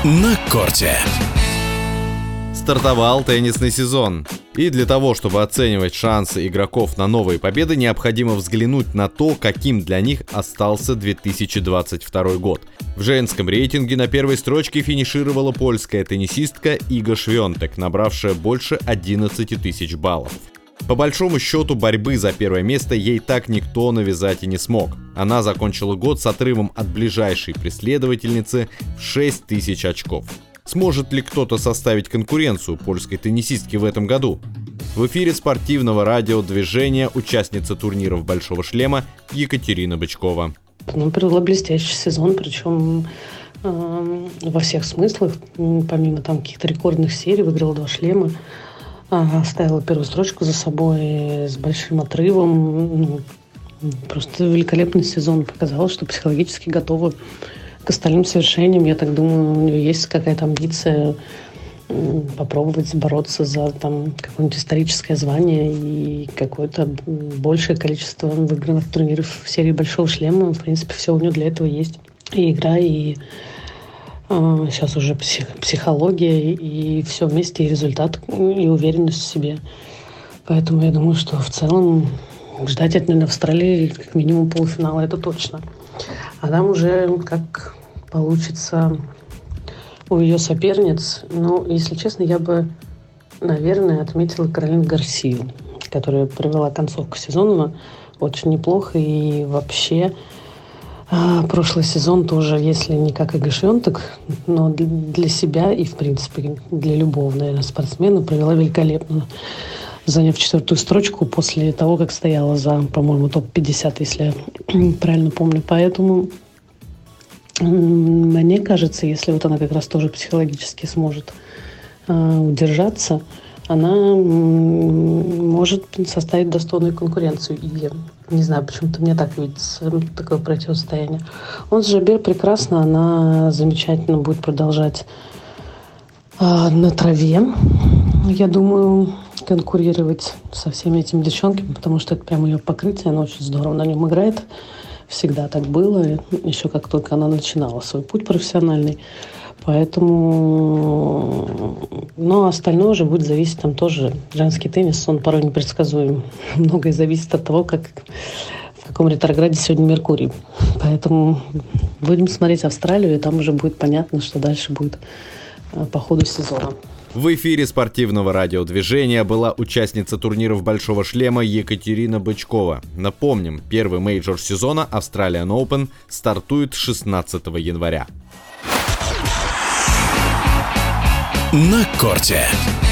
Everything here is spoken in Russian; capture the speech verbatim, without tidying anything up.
На корте. Стартовал теннисный сезон. И для того, чтобы оценивать шансы игроков на новые победы, необходимо взглянуть на то, каким для них остался две тысячи двадцать второй год. В женском рейтинге на первой строчке финишировала польская теннисистка Ига Швионтек, набравшая больше одиннадцать тысяч баллов. По большому счету, борьбы за первое место ей так никто навязать и не смог. Она закончила год с отрывом от ближайшей преследовательницы в шесть тысяч очков. Сможет ли кто-то составить конкуренцию польской теннисистке в этом году? В эфире спортивного радиодвижения участница турниров «Большого шлема» Екатерина Бычкова. Она провела блестящий сезон, причем э, во всех смыслах. Помимо там каких-то рекордных серий, выиграла два шлема, э, оставила первую строчку за собой с большим отрывом. Ну, просто великолепный сезон. Показала, что психологически готова к остальным свершениям. Я так думаю, у нее есть какая-то амбиция попробовать бороться за там какое-нибудь историческое звание и какое-то большее количество выигранных турниров в серии «Большого шлема». В принципе, все у нее для этого есть. И игра, и э, сейчас уже псих, психология, и все вместе, и результат, и уверенность в себе. Поэтому я думаю, что в целом ждать от нее на Австралии как минимум полуфинала, это точно. А там уже как получится у ее соперниц. Ну, если честно, я бы, наверное, отметила Каролину Гарсию, которая провела концовку сезона очень неплохо. И вообще а, прошлый сезон тоже, если не как Ига Швионтек, но для себя и, в принципе, для любого, наверное, спортсмена провела великолепно, заняв четвертую строчку после того, как стояла за, по-моему, топ пятьдесят, если я правильно помню. Поэтому мне кажется, если вот она как раз тоже психологически сможет э, удержаться, она м, может составить достойную конкуренцию. И не знаю, почему-то мне так видится такое противостояние. Он с Жабер прекрасно, она замечательно будет продолжать э, на траве, я думаю, конкурировать со всеми этими девчонками, потому что это прямо ее покрытие, она очень здорово на нем играет. Всегда так было, еще как только она начинала свой путь профессиональный. Поэтому, но остальное уже будет зависеть, там тоже женский теннис, он порой непредсказуем. Многое зависит от того, как, в каком ретрограде сегодня Меркурий. Поэтому будем смотреть Австралию, и там уже будет понятно, что дальше будет по ходу сезона. В эфире спортивного радиодвижения была участница турниров «Большого шлема» Екатерина Бычкова. Напомним, первый мейджор сезона Australian Open стартует шестнадцатого января. На корте.